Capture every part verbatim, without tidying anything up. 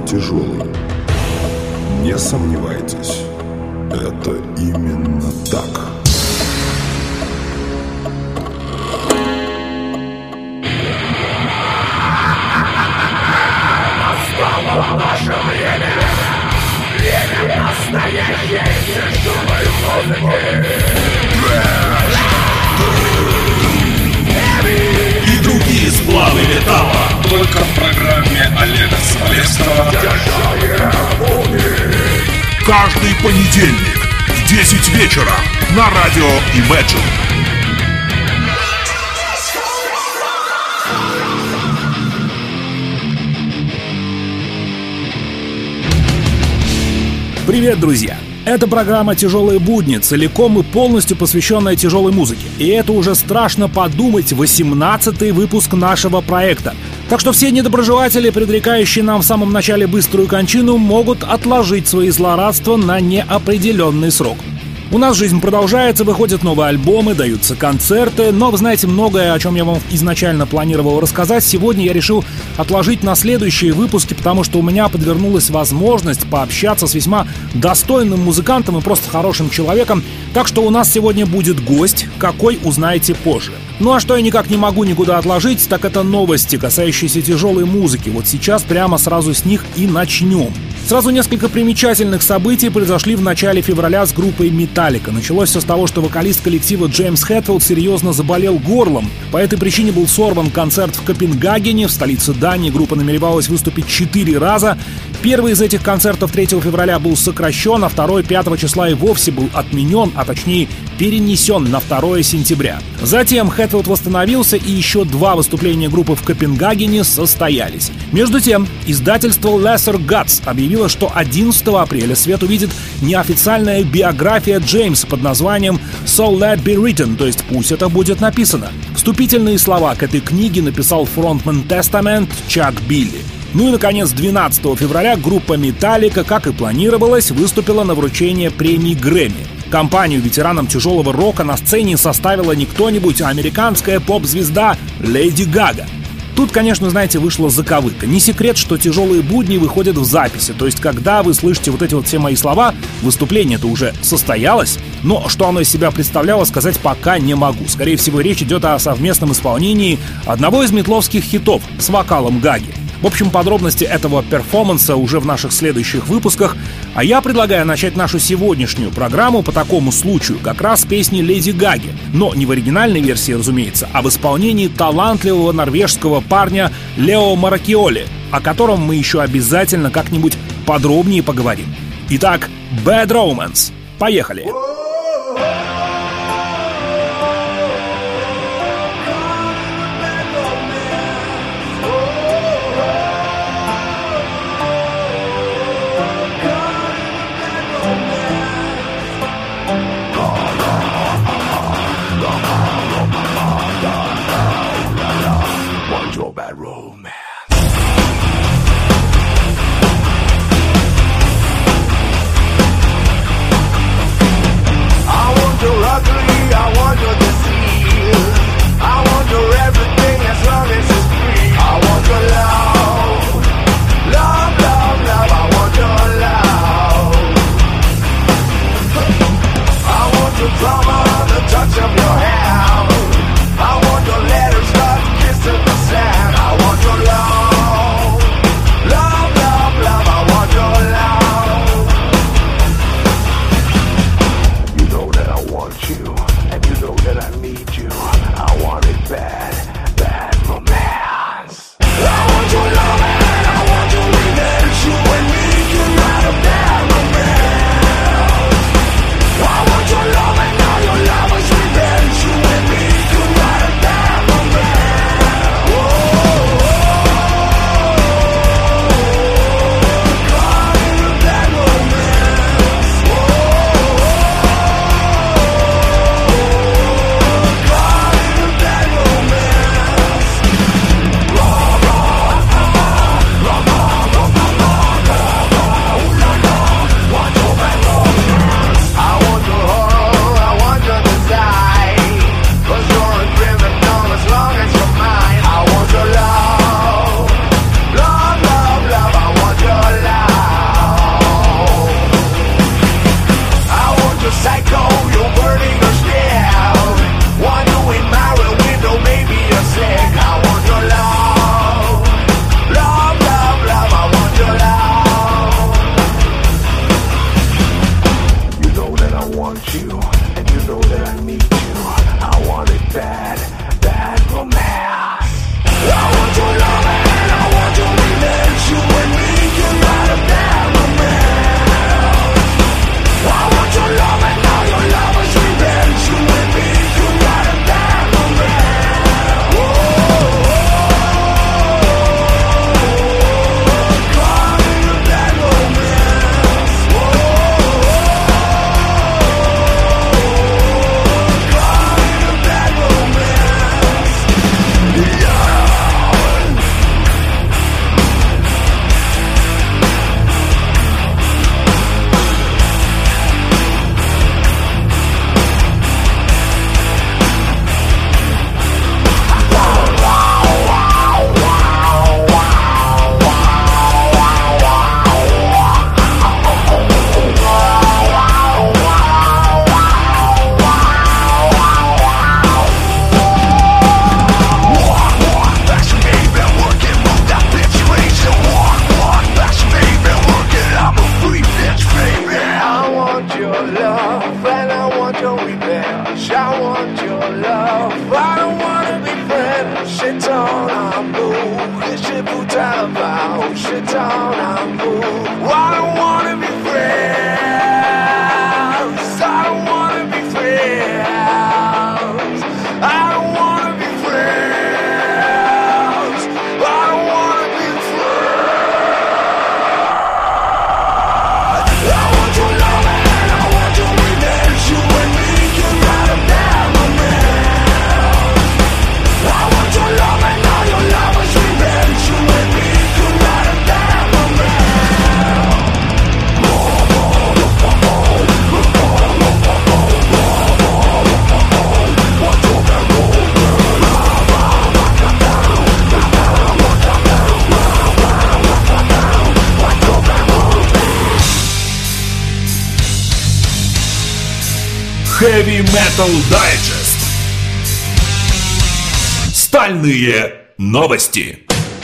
тяжелый. Не сомневайтесь, это именно так. Настало наше время. Время настоящей тяжелой музыки. И другие сплавы металла. Только в программе Олега Смолецкого. Каждый понедельник в десять вечера на радио Imagine. Привет, друзья! Это программа «Тяжелые будни», целиком и полностью посвященная тяжелой музыке. И это уже страшно подумать, восемнадцатый выпуск нашего проекта. Так что все недоброжелатели, предрекающие нам в самом начале быструю кончину, могут отложить свои злорадства на неопределенный срок. У нас жизнь продолжается, выходят новые альбомы, даются концерты, но, вы знаете, многое, о чем я вам изначально планировал рассказать, сегодня я решил отложить на следующие выпуски, потому что у меня подвернулась возможность пообщаться с весьма достойным музыкантом и просто хорошим человеком, так что у нас сегодня будет гость, какой узнаете позже. Ну а что я никак не могу никуда отложить, так это новости, касающиеся тяжелой музыки. Вот сейчас прямо сразу с них и начнем. Сразу несколько примечательных событий произошли в начале февраля с группой Metallica. Началось все с того, что вокалист коллектива Джеймс Хэтфилд серьезно заболел горлом. По этой причине был сорван концерт в Копенгагене, в столице Дании. Группа намеревалась выступить четыре раза. Первый из этих концертов третьего февраля был сокращен, а второй пятого числа и вовсе был отменен, а точнее перенесен на второе сентября. Затем Хэтфилд восстановился, и еще два выступления группы в Копенгагене состоялись. Между тем, издательство Lesser Gods объявило, что одиннадцатого апреля свет увидит неофициальная биография Джеймса под названием «So Let Be Written», то есть «Пусть это будет написано». Вступительные слова к этой книге написал фронтмен Testament Чак Билли. Ну и, наконец, двенадцатого февраля группа Metallica, как и планировалось, выступила на вручение премии Грэмми. Компанию ветеранам тяжелого рока на сцене составила не кто-нибудь, а американская поп-звезда Леди Гага. Тут, конечно, знаете, вышла заковыка. Не секрет, что «Тяжелые будни» выходят в записи. То есть, когда вы слышите вот эти вот все мои слова, выступление-то уже состоялось. Но что оно из себя представляло, сказать пока не могу. Скорее всего, речь идет о совместном исполнении одного из метловских хитов с вокалом Гаги. В общем, подробности этого перформанса уже в наших следующих выпусках. А я предлагаю начать нашу сегодняшнюю программу по такому случаю как раз с песни Леди Гаги. Но не в оригинальной версии, разумеется, а в исполнении талантливого норвежского парня Лео Маракиоли, о котором мы еще обязательно как-нибудь подробнее поговорим. Итак, Bad Romance. Поехали! Bad romance. Heavy Metal Digest. Стальные новости.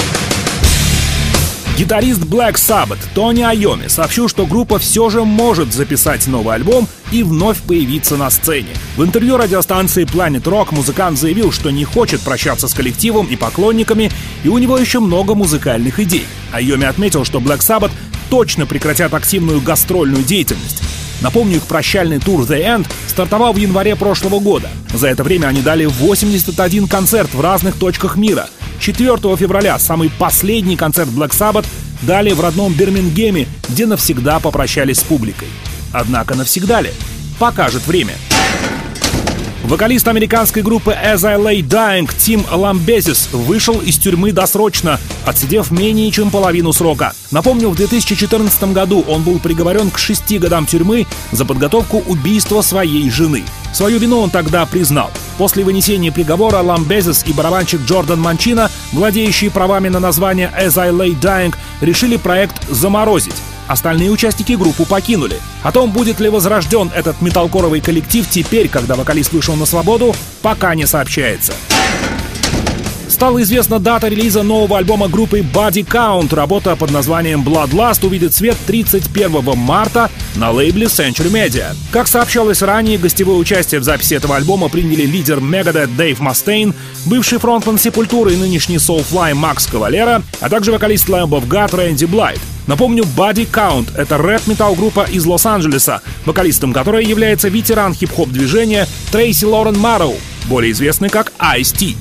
Гитарист Black Sabbath Тони Айоми сообщил, что группа все же может записать новый альбом и вновь появиться на сцене. В интервью радиостанции Planet Rock музыкант заявил, что не хочет прощаться с коллективом и поклонниками, и у него еще много музыкальных идей. Айоми отметил, что Black Sabbath точно прекратят активную гастрольную деятельность. Напомню, их прощальный тур The End стартовал в январе прошлого года. За это время они дали восемьдесят один концерт в разных точках мира. четвёртого февраля самый последний концерт Black Sabbath дали в родном Бирмингеме, где навсегда попрощались с публикой. Однако навсегда ли? Покажет время. Вокалист американской группы As I Lay Dying Тим Ламбезис вышел из тюрьмы досрочно, отсидев менее чем половину срока. Напомню, в две тысячи четырнадцатом году он был приговорен к шести годам тюрьмы за подготовку убийства своей жены. Свою вину он тогда признал. После вынесения приговора Ламбезис и барабанщик Джордан Манчино, владеющие правами на название As I Lay Dying, решили проект заморозить. Остальные участники группу покинули. О том, будет ли возрожден этот металкоровый коллектив теперь, когда вокалист вышел на свободу, пока не сообщается. Стала известна дата релиза нового альбома группы Body Count. Работа под названием Bloodlust увидит свет тридцать первого марта на лейбле Century Media. Как сообщалось ранее, гостевое участие в записи этого альбома приняли лидер Megadeth Дэйв Мастейн, бывший фронтмен Sepultura и нынешний Soulfly Макс Кавалера, а также вокалист Lamb of God Рэнди Блайт. Напомню, Body Count — это рэп-метал-группа из Лос-Анджелеса, вокалистом которой является ветеран хип-хоп движения Трейси Лорен Марроу, более известный как Ice-T.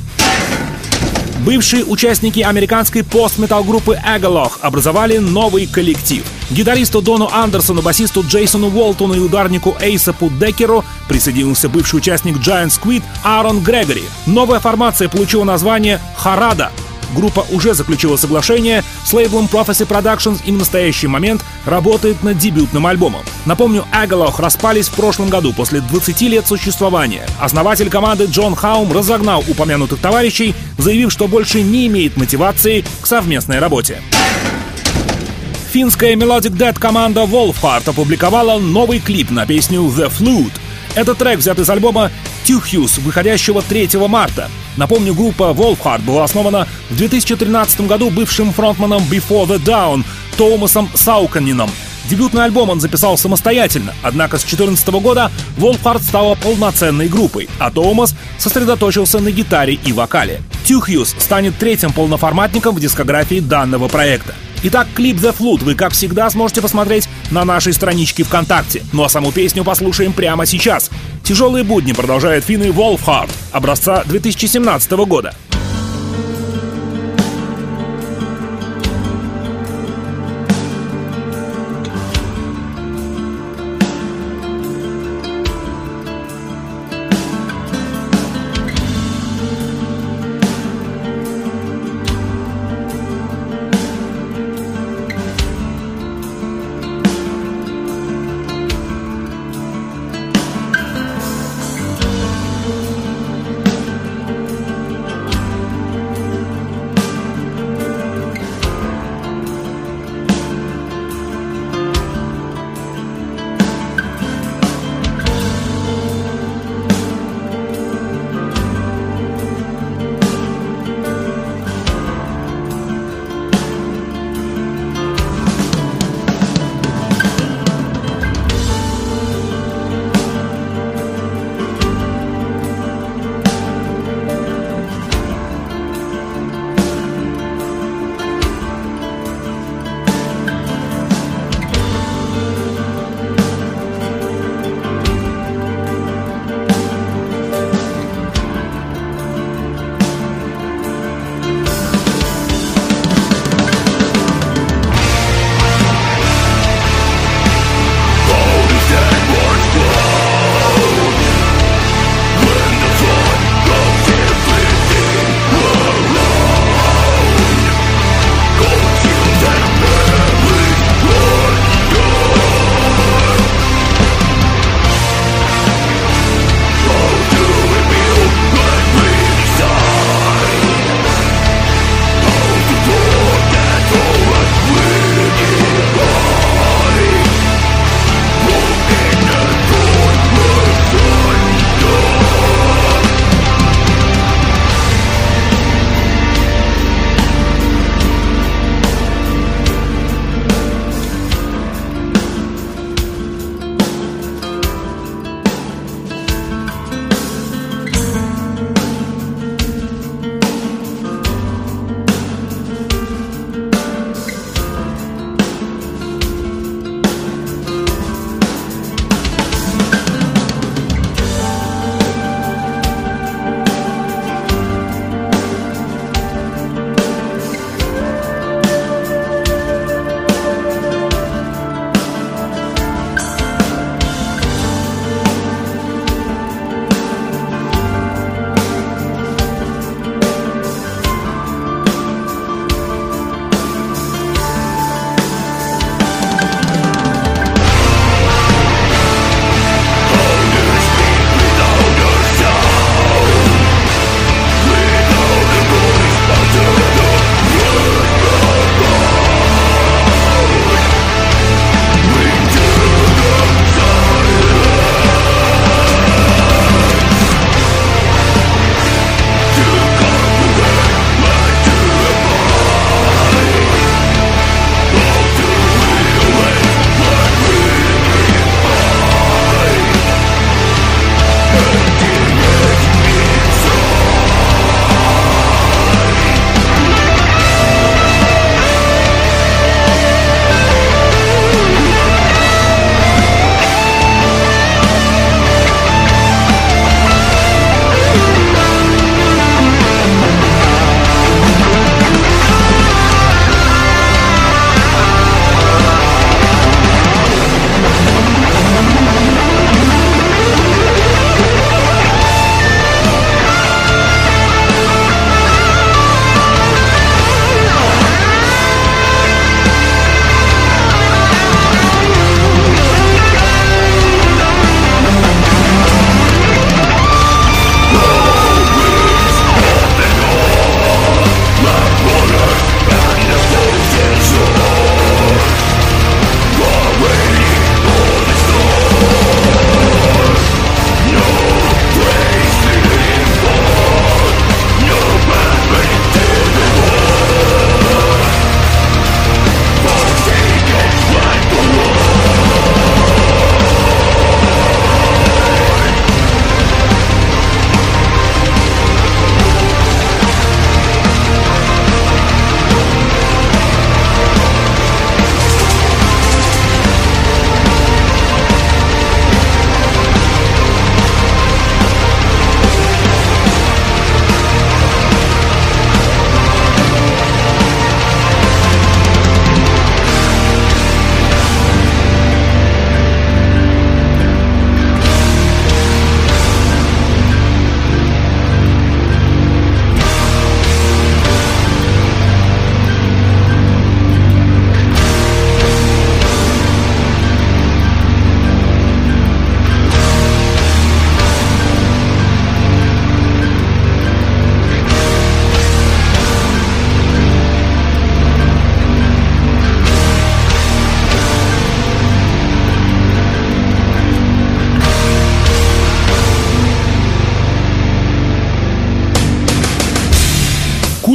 Бывшие участники американской пост-метал-группы Agalloch образовали новый коллектив. Гитаристу Дону Андерсону, басисту Джейсону Уолтону и ударнику Эйсапу Деккеру присоединился бывший участник Giant Squid Аарон Грегори. Новая формация получила название «Харада». Группа уже заключила соглашение с лейблом Prophecy Productions и в настоящий момент работает над дебютным альбомом. Напомню, Agalloch распались в прошлом году после двадцати лет существования. Основатель команды Джон Хаум разогнал упомянутых товарищей, заявив, что больше не имеет мотивации к совместной работе. Финская Melodic Death команда Wolfheart опубликовала новый клип на песню The Flute. Этот трек взят из альбома Tyhus, выходящего третьего марта. Напомню, группа Wolfheart была основана в две тысячи тринадцатом году бывшим фронтманом Before the Dawn Туомасом Саукконином. Дебютный альбом он записал самостоятельно, однако с две тысячи четырнадцатого года Wolfheart стала полноценной группой, а Туомас сосредоточился на гитаре и вокале. Tyhus станет третьим полноформатником в дискографии данного проекта. Итак, клип The Flute вы, как всегда, сможете посмотреть на нашей страничке ВКонтакте. Ну а саму песню послушаем прямо сейчас. «Тяжелые будни» продолжает финны Wolfheart образца две тысячи семнадцатого года.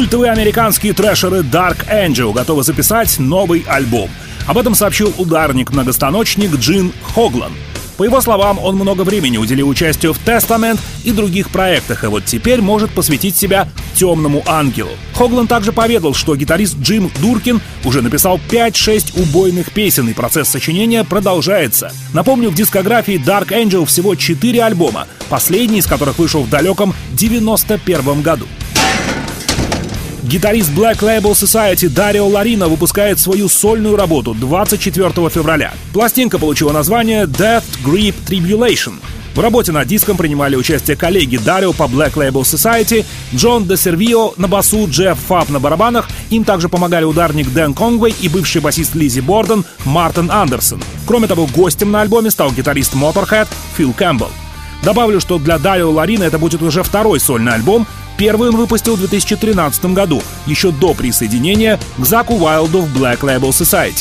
Культовые американские трэшеры Dark Angel готовы записать новый альбом. Об этом сообщил ударник-многостаночник Джин Хоглан. По его словам, он много времени уделил участию в Testament и других проектах, и вот теперь может посвятить себя темному ангелу. Хоглан также поведал, что гитарист Джим Дуркин уже написал пять-шесть убойных песен, и процесс сочинения продолжается. Напомню, в дискографии Dark Angel всего четыре альбома, последний из которых вышел в далеком девяносто первом году. Гитарист Black Label Society Дарио Ларино выпускает свою сольную работу двадцать четвёртого февраля. Пластинка получила название Death Grip Tribulation. В работе над диском принимали участие коллеги Дарио по Black Label Society, Джон Де Сервио на басу, Джефф Фаб на барабанах. Им также помогали ударник Дэн Конгвей и бывший басист Лиззи Борден Мартин Андерсон. Кроме того, гостем на альбоме стал гитарист Motorhead Фил Кэмпбелл. Добавлю, что для Дарио Ларино это будет уже второй сольный альбом. Первый он выпустил в две тысячи тринадцатом году, еще до присоединения к Заку Уайлду в Black Label Society.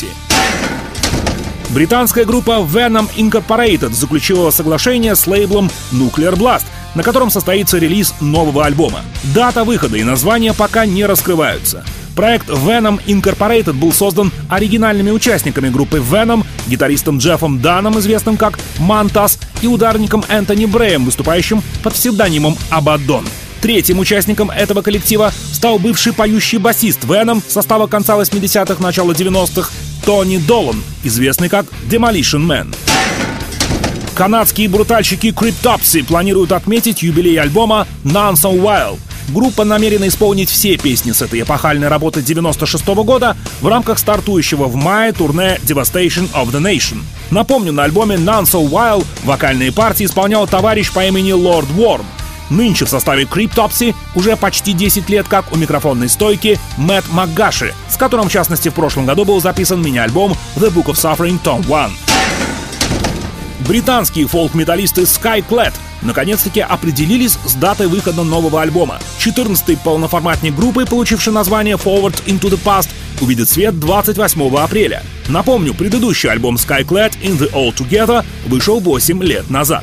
Британская группа Venom Incorporated заключила соглашение с лейблом Nuclear Blast, на котором состоится релиз нового альбома. Дата выхода и название пока не раскрываются. Проект Venom Incorporated был создан оригинальными участниками группы Venom, гитаристом Джеффом Данном, известным как Мантас, и ударником Энтони Брэем, выступающим под псевдонимом Абаддон. Третьим участником этого коллектива стал бывший поющий басист Venom состава конца восьмидесятых, начала девяностых Тони Долан, известный как Demolition Man. Канадские брутальщики Cryptopsy планируют отметить юбилей альбома None So Wild. Группа намерена исполнить все песни с этой эпохальной работы девяносто шестого года в рамках стартующего в мае турне Devastation of the Nation. Напомню, на альбоме None So Wild вокальные партии исполнял товарищ по имени Lord Worm. Нынче в составе Cryptopsy уже почти десять лет как у микрофонной стойки Мэтт МакГаши, с которым, в частности, в прошлом году был записан мини-альбом The Book of Suffering Tom один. Британские фолк-металлисты Skyclad наконец-таки определились с датой выхода нового альбома. четырнадцатый полноформатник группы, получивший название Forward into the Past, увидит свет двадцать восьмого апреля. Напомню, предыдущий альбом Skyclad In the All Together вышел восемь лет назад.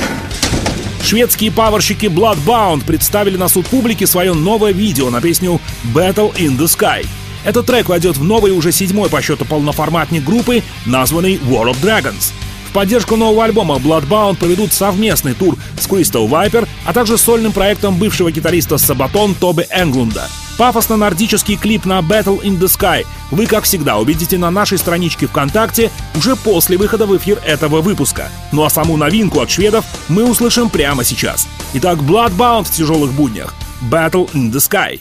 Шведские паверщики Bloodbound представили на суд публики свое новое видео на песню Battle in the Sky. Этот трек войдет в новый, уже седьмой по счету полноформатник группы, названный War of Dragons. В поддержку нового альбома Bloodbound проведут совместный тур с Crystal Viper, а также сольным проектом бывшего гитариста Sabaton Тоби Энглунда. Пафосно-нордический клип на Battle in the Sky вы, как всегда, увидите на нашей страничке ВКонтакте уже после выхода в эфир этого выпуска. Ну а саму новинку от шведов мы услышим прямо сейчас. Итак, Bloodbound в тяжелых буднях. Battle in the Sky.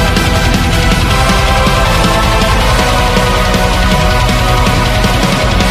We'll be right back.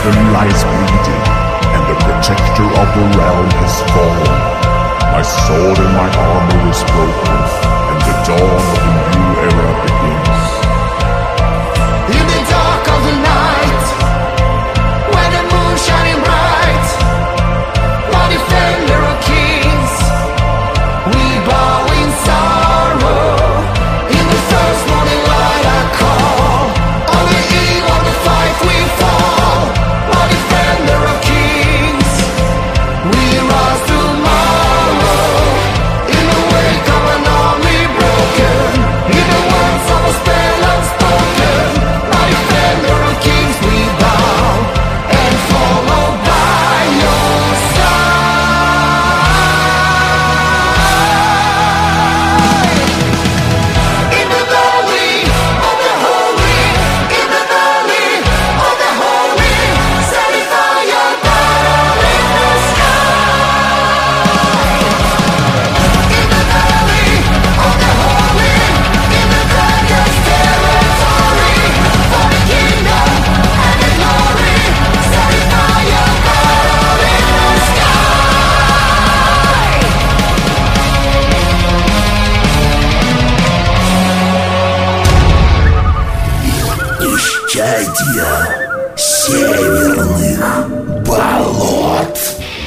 heaven lies bleeding, and the protector of the realm has fallen. My sword and my armor is broken, and the dawn of a new era begins. In the dark of the night, when the moon shining bright, my defender of kings, we bow in sorrow. In the first morning light I call, on the eve of the fight we fall. My defender of kings, we rise tomorrow. In the wake of an army broken, in the words of a spell unspoken, my defender of kings, we bow and follow by your side. In the valley of the holy, in the valley of the holy, setting fire down in the sky. In the valley of the holy, in the glorious territory, for the kingdom and the glory, setting fire down in the sky. Исчадья северных болот.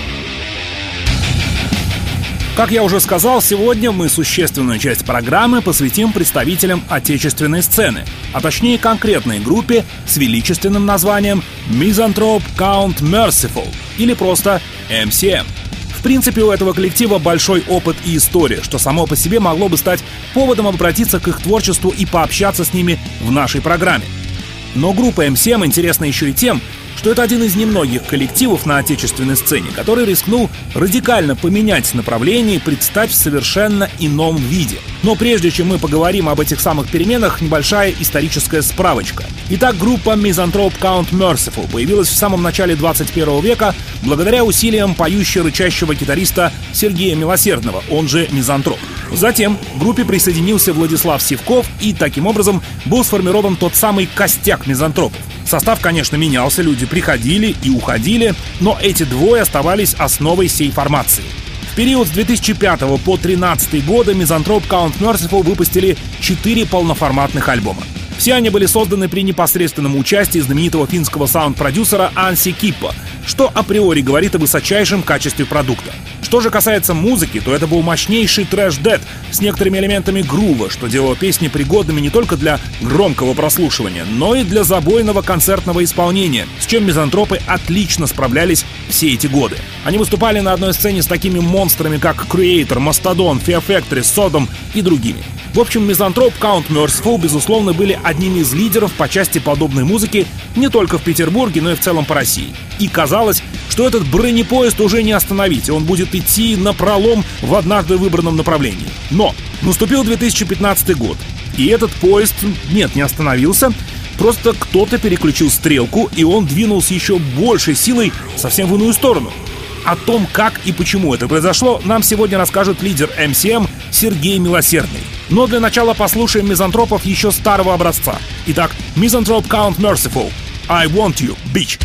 Как я уже сказал, сегодня мы существенную часть программы посвятим представителям отечественной сцены, а точнее конкретной группе с величественным названием Misanthrope Count Merciful, или просто эм си эм. В принципе, у этого коллектива большой опыт и история, что само по себе могло бы стать поводом обратиться к их творчеству и пообщаться с ними в нашей программе. Но группа эм си эм интересна еще и тем, что это один из немногих коллективов на отечественной сцене, который рискнул радикально поменять направление и предстать в совершенно ином виде. Но прежде чем мы поговорим об этих самых переменах, небольшая историческая справочка. Итак, группа Misanthrope Count Merciful появилась в самом начале двадцать первого века благодаря усилиям поюще-рычащего гитариста Сергея Милосердного, он же Мизантроп. Затем к группе присоединился Владислав Сивков, и таким образом был сформирован тот самый костяк мизантропов. Состав, конечно, менялся, люди приходили и уходили, но эти двое оставались основой сей формации. В период с две тысячи пятого по две тысячи тринадцатый годы Misanthrope Count Merciful выпустили четыре полноформатных альбома. Все они были созданы при непосредственном участии знаменитого финского саунд-продюсера Анси Киппа, что априори говорит о высочайшем качестве продукта. Что же касается музыки, то это был мощнейший трэш-дэт с некоторыми элементами грува, что делало песни пригодными не только для громкого прослушивания, но и для забойного концертного исполнения, с чем мизантропы отлично справлялись все эти годы. Они выступали на одной сцене с такими монстрами, как Creator, Mastodon, Fear Factory, Sodom и другими. В общем, Misanthrope Count Merciful, безусловно, были одними из лидеров по части подобной музыки не только в Петербурге, но и в целом по России. И казалось, что этот бронепоезд уже не остановить, и он будет идти напролом в однажды выбранном направлении. Но наступил две тысячи пятнадцатый год, и этот поезд, нет, не остановился, просто кто-то переключил стрелку, и он двинулся еще большей силой совсем в иную сторону. О том, как и почему это произошло, нам сегодня расскажет лидер эм си эм Сергей Милосердный. Но для начала послушаем мизантропов еще старого образца. Итак, Misanthrope Count Merciful, I Want You, Bitch.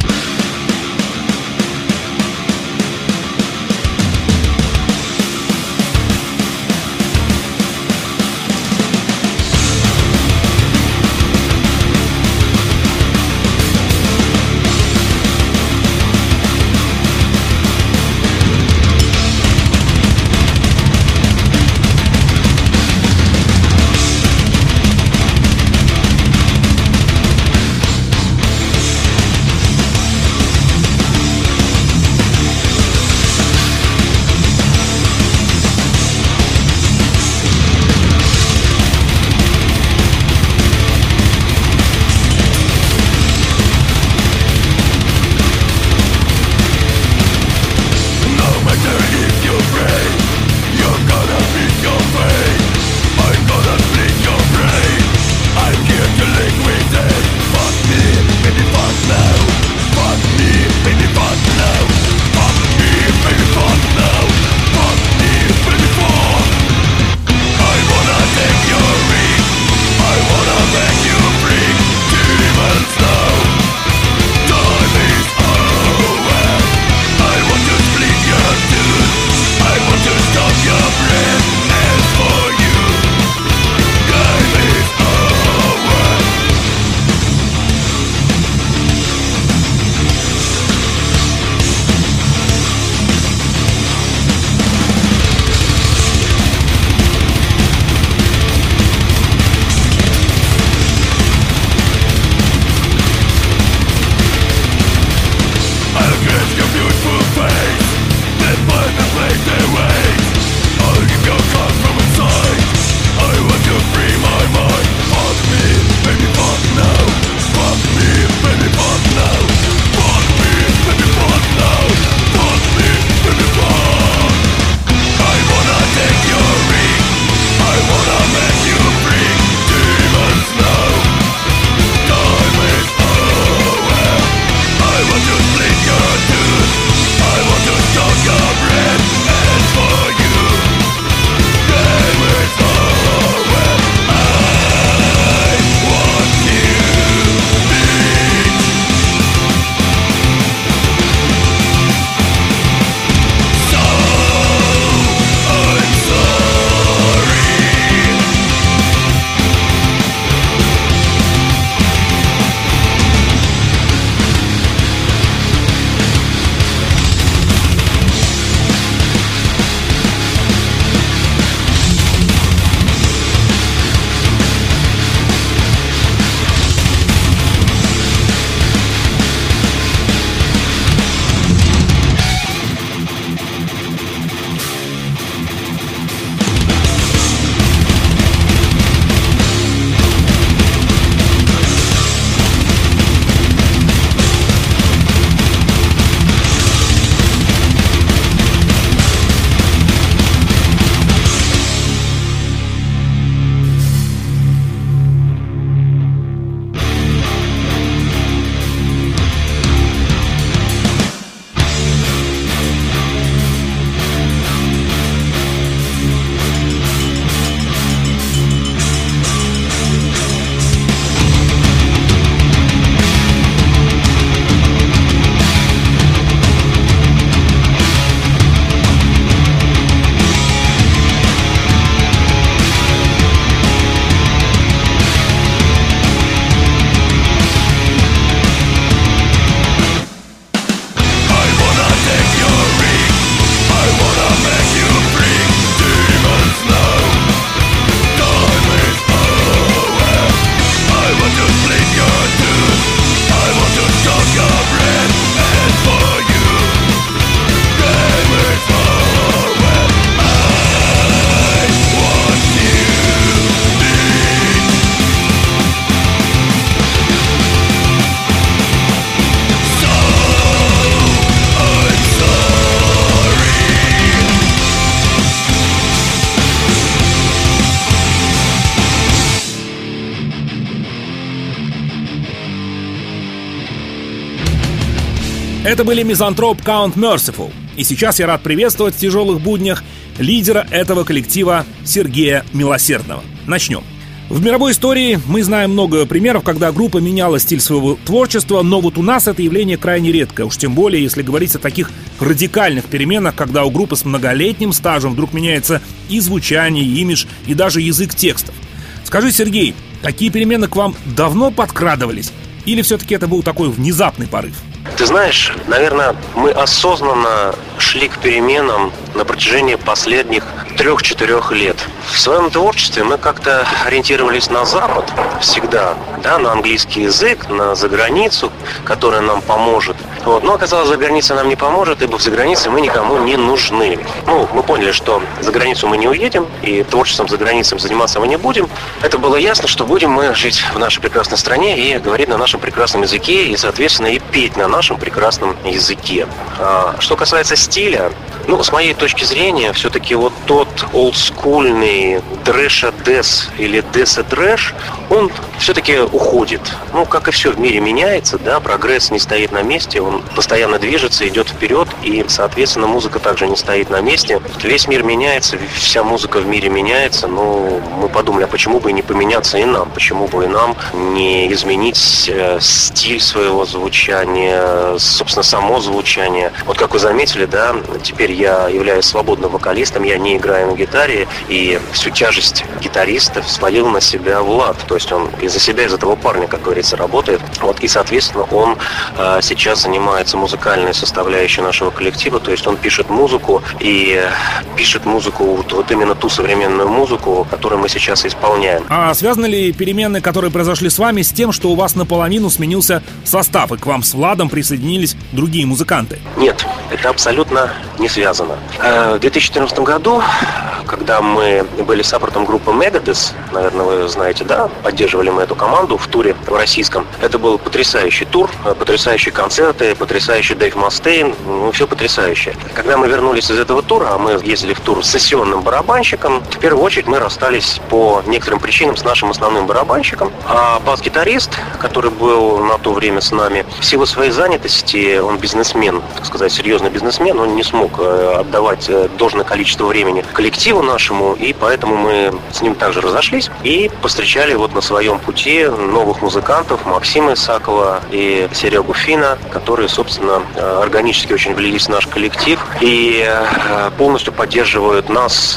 Это были Misanthrope Count Merciful. И сейчас я рад приветствовать в тяжелых буднях лидера этого коллектива Сергея Милосердного. Начнем. В мировой истории мы знаем много примеров, когда группа меняла стиль своего творчества, но вот у нас это явление крайне редко, уж тем более, если говорить о таких радикальных переменах, когда у группы с многолетним стажем вдруг меняется и звучание, и имидж, и даже язык текстов. Скажи, Сергей, такие перемены к вам давно подкрадывались? Или все-таки это был такой внезапный порыв? Ты знаешь, наверное, мы осознанно шли к переменам на протяжении последних трех-четырех лет. В своем творчестве мы как-то ориентировались на Запад всегда, да, на английский язык, на заграницу, которая нам поможет. Вот. Но оказалось, за границей нам не поможет, ибо за границей мы никому не нужны. Ну, мы поняли, что за границу мы не уедем, и творчеством за границей заниматься мы не будем. Это было ясно, что будем мы жить в нашей прекрасной стране и говорить на нашем прекрасном языке, и, соответственно, и петь на нашем прекрасном языке. А, что касается стиля, ну, с моей точки зрения, все-таки вот тот олдскульный трэш-дэс или дэс-трэш, он все-таки уходит. Ну, как и все в мире меняется, да, прогресс не стоит на месте, он постоянно движется, идет вперед, и, соответственно, музыка также не стоит на месте. Весь мир меняется, вся музыка в мире меняется, но мы подумали, а почему бы и не поменяться и нам, почему бы и нам не изменить э, стиль своего звучания, собственно, само звучание. Вот как вы заметили, да, теперь я являюсь свободным вокалистом, я не играю на гитаре, и всю тяжесть гитариста свалил на себя Влад. То есть он из-за себя, из этого парня, как говорится, работает. Вот, и, соответственно, он э, сейчас занимается музыкальной составляющей нашего коллектива, то есть он пишет музыку, и пишет музыку, вот, вот именно ту современную музыку, которую мы сейчас исполняем. А связаны ли перемены, которые произошли с вами, с тем, что у вас наполовину сменился состав, и к вам с Владом присоединились другие музыканты? Нет, это абсолютно не связано. В две тысячи четырнадцатом году, когда мы были саппортом группы Megadeth, наверное, вы знаете, да, поддерживали мы эту команду в туре в российском. Это был потрясающий тур, потрясающие концерты, потрясающий Дэйв Мастейн, ну, все потрясающе. Когда мы вернулись из этого тура, а мы ездили в тур с сессионным барабанщиком, в первую очередь мы расстались по некоторым причинам с нашим основным барабанщиком, а бас-гитарист, который был на то время с нами, в силу своей занятости, он бизнесмен, так сказать, серьезный бизнесмен, он не смог отдавать должное количество времени коллективу нашему, и поэтому мы с ним также разошлись и повстречали вот на своем пути новых музыкантов, Максима Исакова и Серегу Фина, которые, собственно, органически очень влились в наш коллектив и полностью поддерживают нас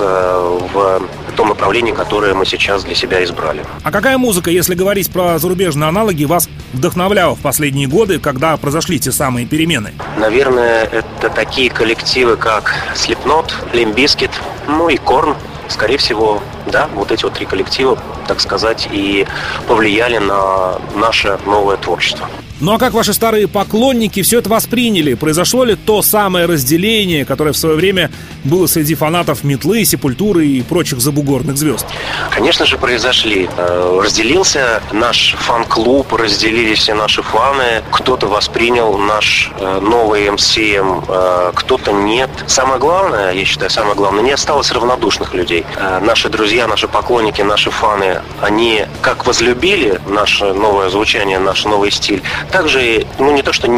в том направлении, которое мы сейчас для себя избрали. А какая музыка, если говорить про зарубежные аналоги, вас вдохновляла в последние годы, когда произошли те самые перемены? Наверное, это такие коллективы, как Slipknot, Limp Bizkit, ну и Korn. Скорее всего, да, вот эти вот три коллектива, так сказать, и повлияли на наше новое творчество. Ну а как ваши старые поклонники все это восприняли? Произошло ли то самое разделение, которое в свое время было среди фанатов Метлы, Сепультуры и прочих забугорных звезд? Конечно же, произошли. Разделился наш фан-клуб, разделились все наши фаны. Кто-то воспринял наш новый эм си эм, кто-то нет. Самое главное, я считаю, самое главное, не осталось равнодушных людей. Наши друзья, наши поклонники, наши фаны, они как возлюбили наше новое звучание, наш новый стиль, также, ну, не то, что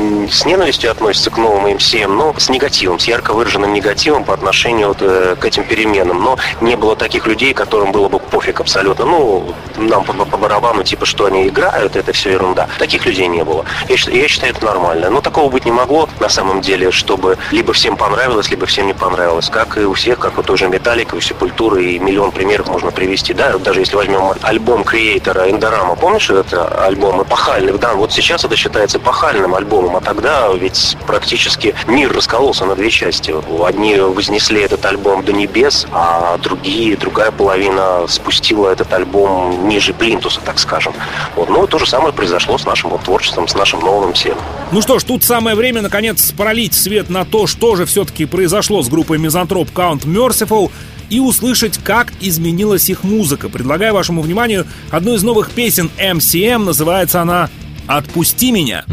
с ненавистью относятся к новым эм си эм, но с негативом, с ярко выраженным негативом по отношению вот, э, к этим переменам. Но не было таких людей, которым было бы пофиг абсолютно. Ну, нам по, по барабану, типа, что они играют, это все ерунда. Таких людей не было. Я, я считаю, это нормально. Но такого быть не могло, на самом деле, чтобы либо всем понравилось, либо всем не понравилось. Как и у всех, как у той же Металлика, у Сепультуры, и миллион примеров можно привести. Да, даже если возьмем альбом Креатора Эндорама, помнишь это альбом эпохальный? Да, вот сейчас это считается эпохальным альбомом, а тогда ведь практически мир раскололся на две части. Одни вознесли этот альбом до небес, а другие, другая половина спустила этот альбом ниже плинтуса, так скажем. Вот. Ну, то же самое произошло с нашим вот, творчеством, с нашим новым эм си эм. Ну что ж, тут самое время, наконец, пролить свет на то, что же все-таки произошло с группой Misanthrope Count Merciful, и услышать, как изменилась их музыка. Предлагаю вашему вниманию одну из новых песен эм си эм, называется она «Отпусти меня».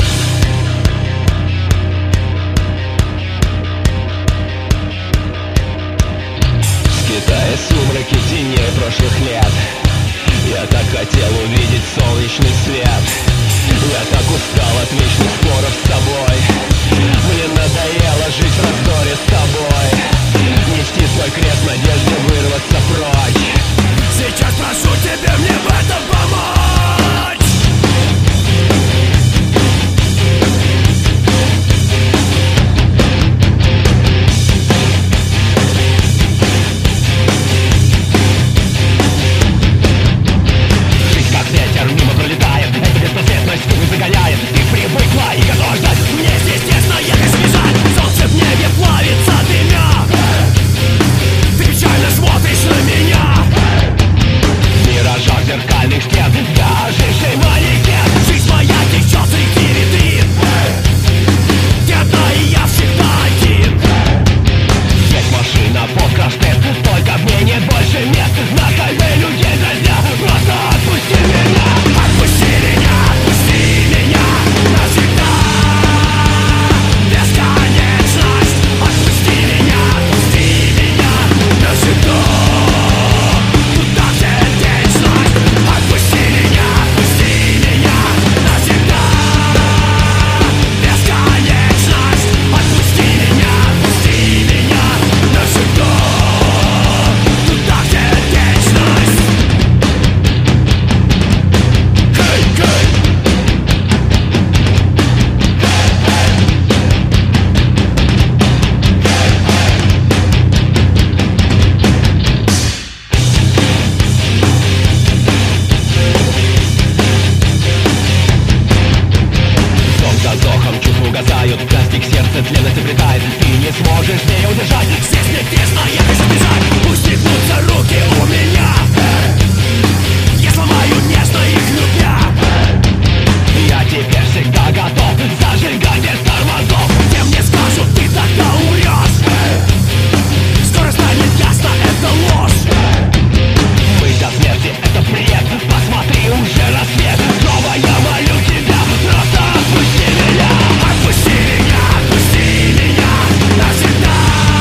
Скитаясь в сумраке теней прошлых лет, я так хотел увидеть солнечный свет. Я так устал от вечных споров с тобой. Пластик сердца тлен изобретает, ты не сможешь меня удержать. Здесь мне тесно, я хочу бежать. Пусть тянутся руки у меня. Я сломаю нежно их любя. Я теперь всегда готов зажигать без тормозов. Где мне скажут, ты тогда умрешь. Скоро станет ясно, это ложь. Мы до смерти, это бред. Посмотри, уже рассвет. Снова я молю тебя, просто отпусти меня. Отпусти меня, отпусти меня навсегда.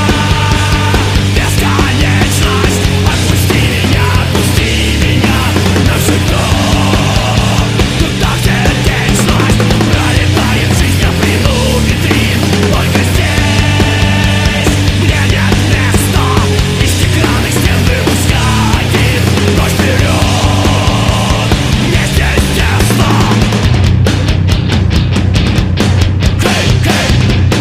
Бесконечность. Отпусти меня, отпусти меня навсегда. Туда, где вечность пролетает жизнь, я приду витрин. Только здесь мне нет места. Из стеклянных стен выпускает ночь вперед. Мне здесь тесно. Хей, хей.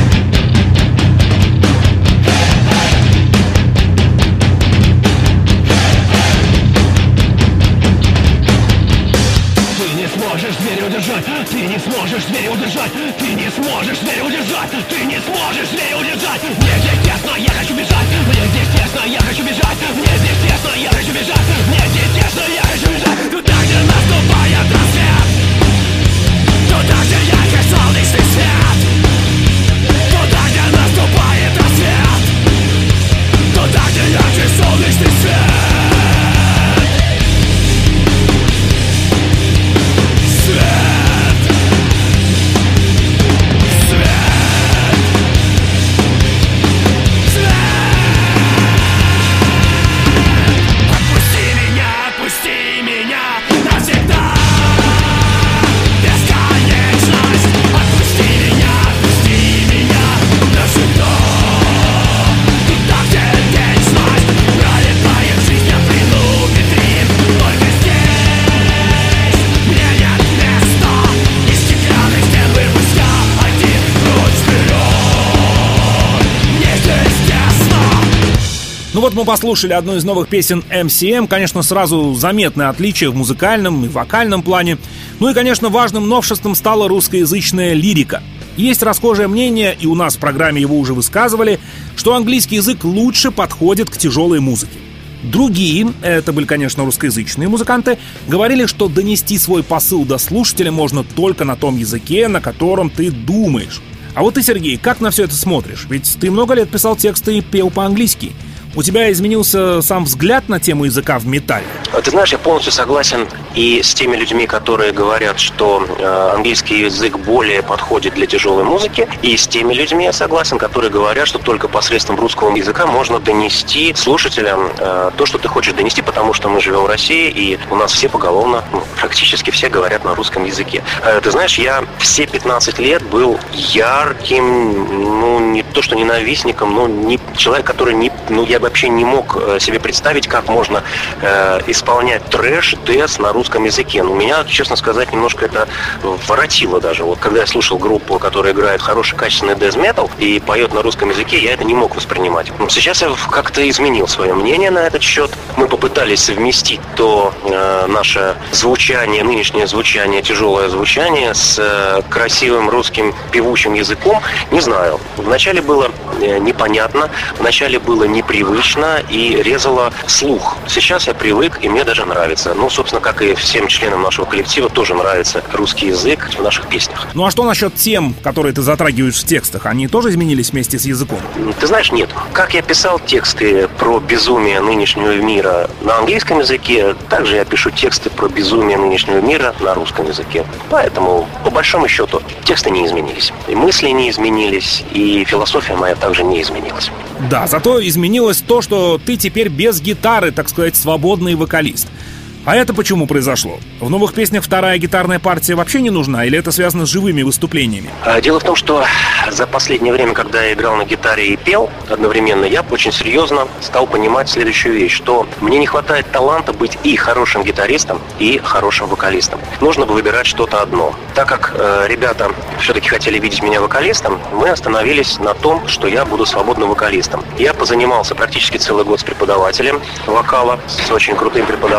Ты не сможешь зверя удержать, ты не сможешь зверя удержать, ты не сможешь зверя удержать, ты не сможешь зверя удержать. Мне здесь тесно, я хочу бежать, мне здесь тесно, я хочу бежать, мне здесь тесно, я хочу бежать, мне здесь тесно, я хочу бежать. Туда, где наступает рассвет, туда, где яркий солнечный свет, туда, где наступает рассвет, туда, где яркий солнечный свет. Ну вот мы послушали одну из новых песен эм си эм. Конечно, сразу заметное отличие в музыкальном и вокальном плане. Ну и, конечно, важным новшеством стала русскоязычная лирика. Есть расхожее мнение, и у нас в программе его уже высказывали, что английский язык лучше подходит к тяжелой музыке. Другие, это были, конечно, русскоязычные музыканты, говорили, что донести свой посыл до слушателя можно только на том языке, на котором ты думаешь. А вот ты, Сергей, как на все это смотришь? Ведь ты много лет писал тексты и пел по-английски. У тебя изменился сам взгляд на тему языка в металле? Ты знаешь, я полностью согласен и с теми людьми, которые говорят, что э, английский язык более подходит для тяжелой музыки, и с теми людьми я согласен, которые говорят, что только посредством русского языка можно донести слушателям э, то, что ты хочешь донести, потому что мы живем в России, и у нас все поголовно, ну, практически все говорят на русском языке. Э, ты знаешь, я все пятнадцать лет был ярким, ну, не то что ненавистником, но не, человек, который не, ну, я вообще не мог себе представить, как можно э, исполнять трэш, дэс на русском языке. Но меня, честно сказать, немножко это воротило даже. Вот когда я слушал группу, которая играет хороший, качественный дэз-метал и поет на русском языке, я это не мог воспринимать. Но сейчас я как-то изменил свое мнение на этот счет. Мы попытались совместить то э, наше звучание, нынешнее звучание, тяжелое звучание с э, красивым русским певучим языком. Не знаю. Вначале было э, непонятно, вначале было непривычно и резало слух. Сейчас я привык, и мне даже нравится. Ну, собственно, как и всем членам нашего коллектива, тоже нравится русский язык в наших песнях. Ну а что насчет тем, которые ты затрагиваешь в текстах? Они тоже изменились вместе с языком? Ты знаешь, нет. Как я писал тексты про безумие нынешнего мира на английском языке, также я пишу тексты про безумие нынешнего мира на русском языке. Поэтому, по большому счету, тексты не изменились. И мысли не изменились, и философия моя также не изменилась. Да, зато изменилось то, что ты теперь без гитары, так сказать, свободный вокалист. А это почему произошло? В новых песнях вторая гитарная партия вообще не нужна, или это связано с живыми выступлениями? Дело в том, что за последнее время, когда я играл на гитаре и пел одновременно, я очень серьезно стал понимать следующую вещь, что мне не хватает таланта быть и хорошим гитаристом, и хорошим вокалистом. Нужно бы выбирать что-то одно. Так как э, ребята все-таки хотели видеть меня вокалистом, мы остановились на том, что я буду свободным вокалистом. Я позанимался практически целый год с преподавателем вокала, с очень крутым преподавателем.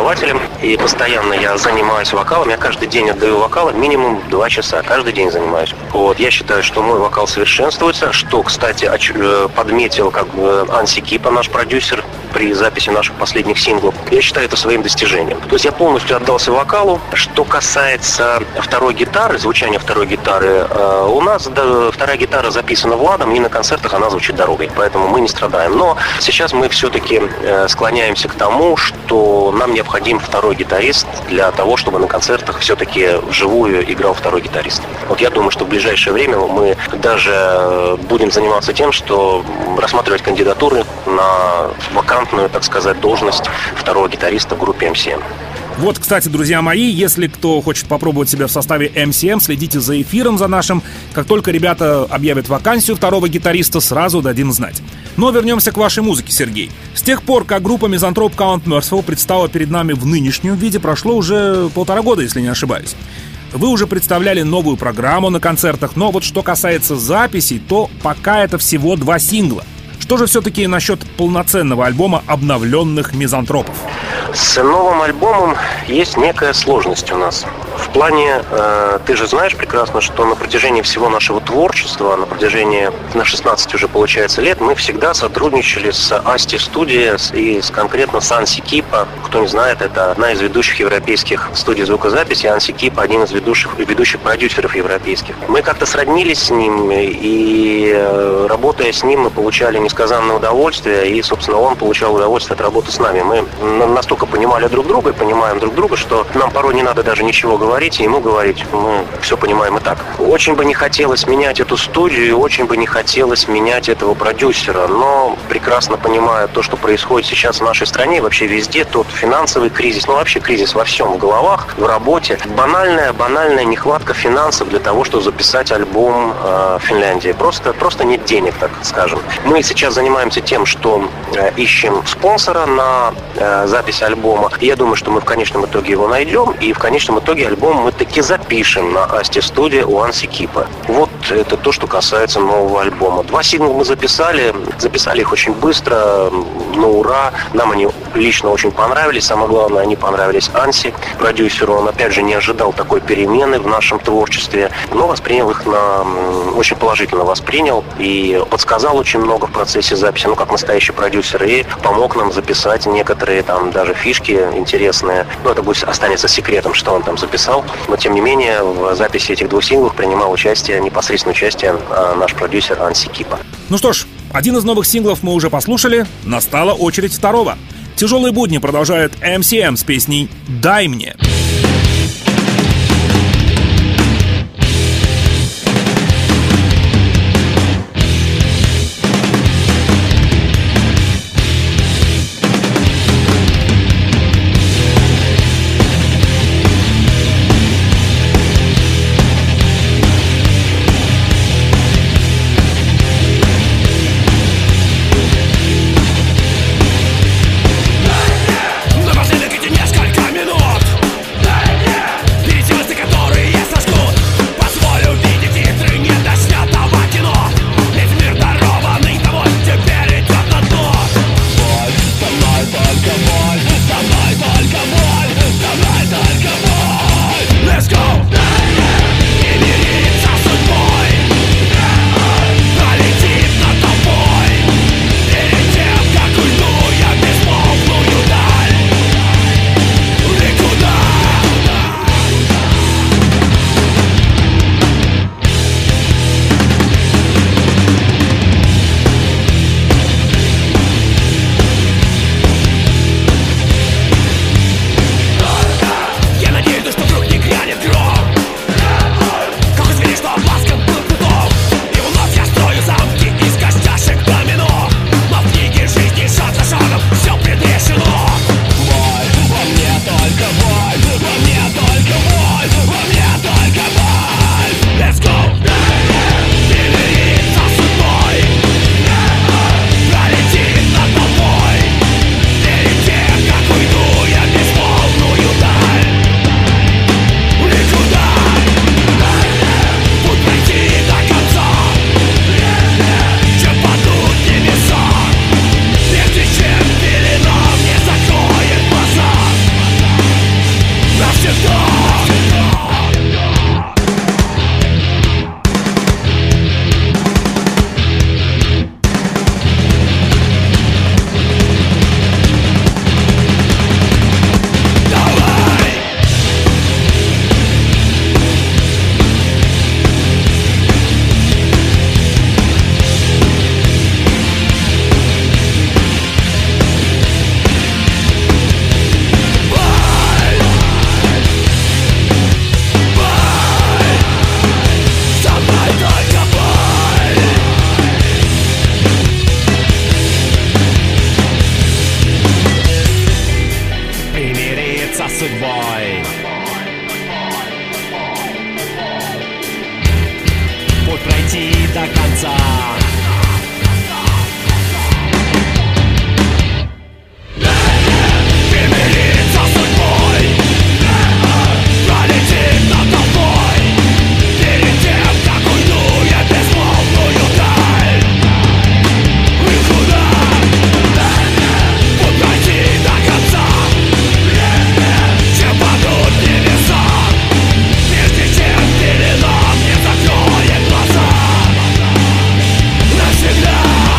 и постоянно я занимаюсь вокалом. Я каждый день отдаю вокала минимум два часа. Каждый день занимаюсь. Вот. Я считаю, что мой вокал совершенствуется, что, кстати, подметил как бы Анси Кипа, наш продюсер, при записи наших последних синглов. Я считаю это своим достижением. То есть я полностью отдался вокалу. Что касается второй гитары, звучания второй гитары, у нас да, вторая гитара записана Владом, и на концертах она звучит дорогой, поэтому мы не страдаем. Но сейчас мы все-таки склоняемся к тому, что нам необходим второй гитарист для того, чтобы на концертах все-таки вживую играл второй гитарист. Вот я думаю, что в ближайшее время мы даже будем заниматься тем, что рассматривать кандидатуры на вакантную, так сказать, должность второго гитариста в группе эм си эм. Вот, кстати, друзья мои, если кто хочет попробовать себя в составе эм си эм, следите за эфиром, за нашим. Как только ребята объявят вакансию второго гитариста, сразу дадим знать. Но вернемся к вашей музыке, Сергей. С тех пор, как группа Misanthrope Count Merciful предстала перед нами в нынешнем виде, прошло уже полтора года, если не ошибаюсь. Вы уже представляли новую программу на концертах, но вот что касается записей, то пока это всего два сингла. Что же все-таки насчет полноценного альбома обновленных Мизантропов? С новым альбомом есть некая сложность у нас. В плане, э, ты же знаешь прекрасно, что на протяжении всего нашего творчества, на протяжении на шестнадцать уже получается лет, мы всегда сотрудничали с Асти Студия и с, конкретно с Анси Кипа. Кто не знает, это одна из ведущих европейских студий звукозаписи. Анси Кипа один из ведущих, ведущих продюсеров европейских. Мы как-то сроднились с ним, и э, работая с ним, мы получали несказанное удовольствие, и, собственно, он получал удовольствие от работы с нами. Мы настолько понимали друг друга и понимаем друг друга, что нам порой не надо даже ничего говорить и ему говорить. Мы все понимаем и так. Очень бы не хотелось менять эту студию, очень бы не хотелось менять этого продюсера, но прекрасно понимая то, что происходит сейчас в нашей стране, вообще везде, тот финансовый кризис, ну вообще кризис во всем, в головах, в работе. Банальная, банальная нехватка финансов для того, чтобы записать альбом э, в Финляндии. Просто, просто нет денег, так скажем. Мы сейчас занимаемся тем, что э, ищем спонсора на э, запись альбома. И я думаю, что мы в конечном итоге его найдем, и в конечном итоге альбом мы таки запишем на Асти Студия у Анси Кипа. Вот это то, что касается нового альбома. Два сингла мы записали, записали их очень быстро, на ура. Нам они лично очень понравились. Самое главное, они понравились Анси, продюсеру. Он, опять же, не ожидал такой перемены в нашем творчестве, но воспринял их на... очень положительно воспринял и подсказал очень много в процессе записи, ну, как настоящий продюсер, и помог нам записать некоторые там даже фишки интересные. Ну, это будет, останется секретом, что он там записал. Но, тем не менее, в записи этих двух синглов принимал участие, непосредственное участие наш продюсер Анси Кипа. Ну что ж, один из новых синглов мы уже послушали, настала очередь второго. «Тяжелые будни» продолжает эм си эм с песней «Дай мне». Напоследок эти несколько минут глаза. Примириться с судьбой, пролетит над тобой, перед тем, как уйду я безмолвную даль. И куда? Путь пройти до конца, чем падут небеса, прежде чем пелена мне закроет глаза навсегда.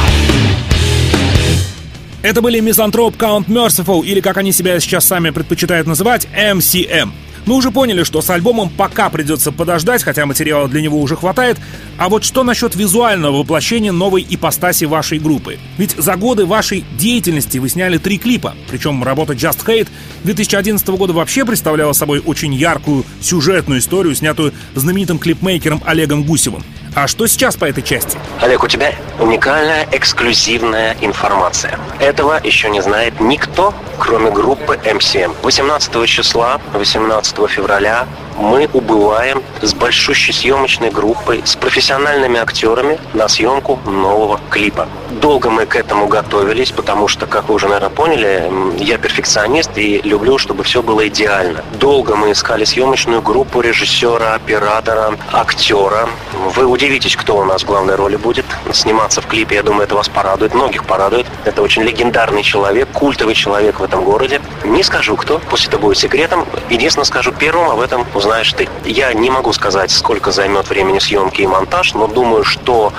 Это были Misanthrope Count Merciful, или, как они себя сейчас сами предпочитают называть, эм си эм. Мы уже поняли, что с альбомом пока придется подождать, хотя материала для него уже хватает. А вот что насчет визуального воплощения новой ипостаси вашей группы? Ведь за годы вашей деятельности вы сняли три клипа. Причем работа Just Hate две тысячи одиннадцатого года вообще представляла собой очень яркую сюжетную историю, снятую знаменитым клипмейкером Олегом Гусевым. А что сейчас по этой части? Олег, у тебя уникальная эксклюзивная информация. Этого еще не знает никто, кроме группы эм си эм. восемнадцатого числа, восемнадцатого февраля мы убываем с большущей съемочной группой, с профессиональными актерами на съемку нового клипа. Долго мы к этому готовились, потому что, как вы уже, наверное, поняли, я перфекционист и люблю, чтобы все было идеально. Долго мы искали съемочную группу, режиссера, оператора, актера. Вы удивитесь, кто у нас в главной роли будет сниматься в клипе. Я думаю, это вас порадует, многих порадует. Это очень легендарный человек, культовый человек в этом городе. Не скажу, кто, пусть это будет секретом. Единственное, скажу первым, об этом узнаешь ты. Я не могу сказать, сколько займет времени съемки и монтаж, но думаю, что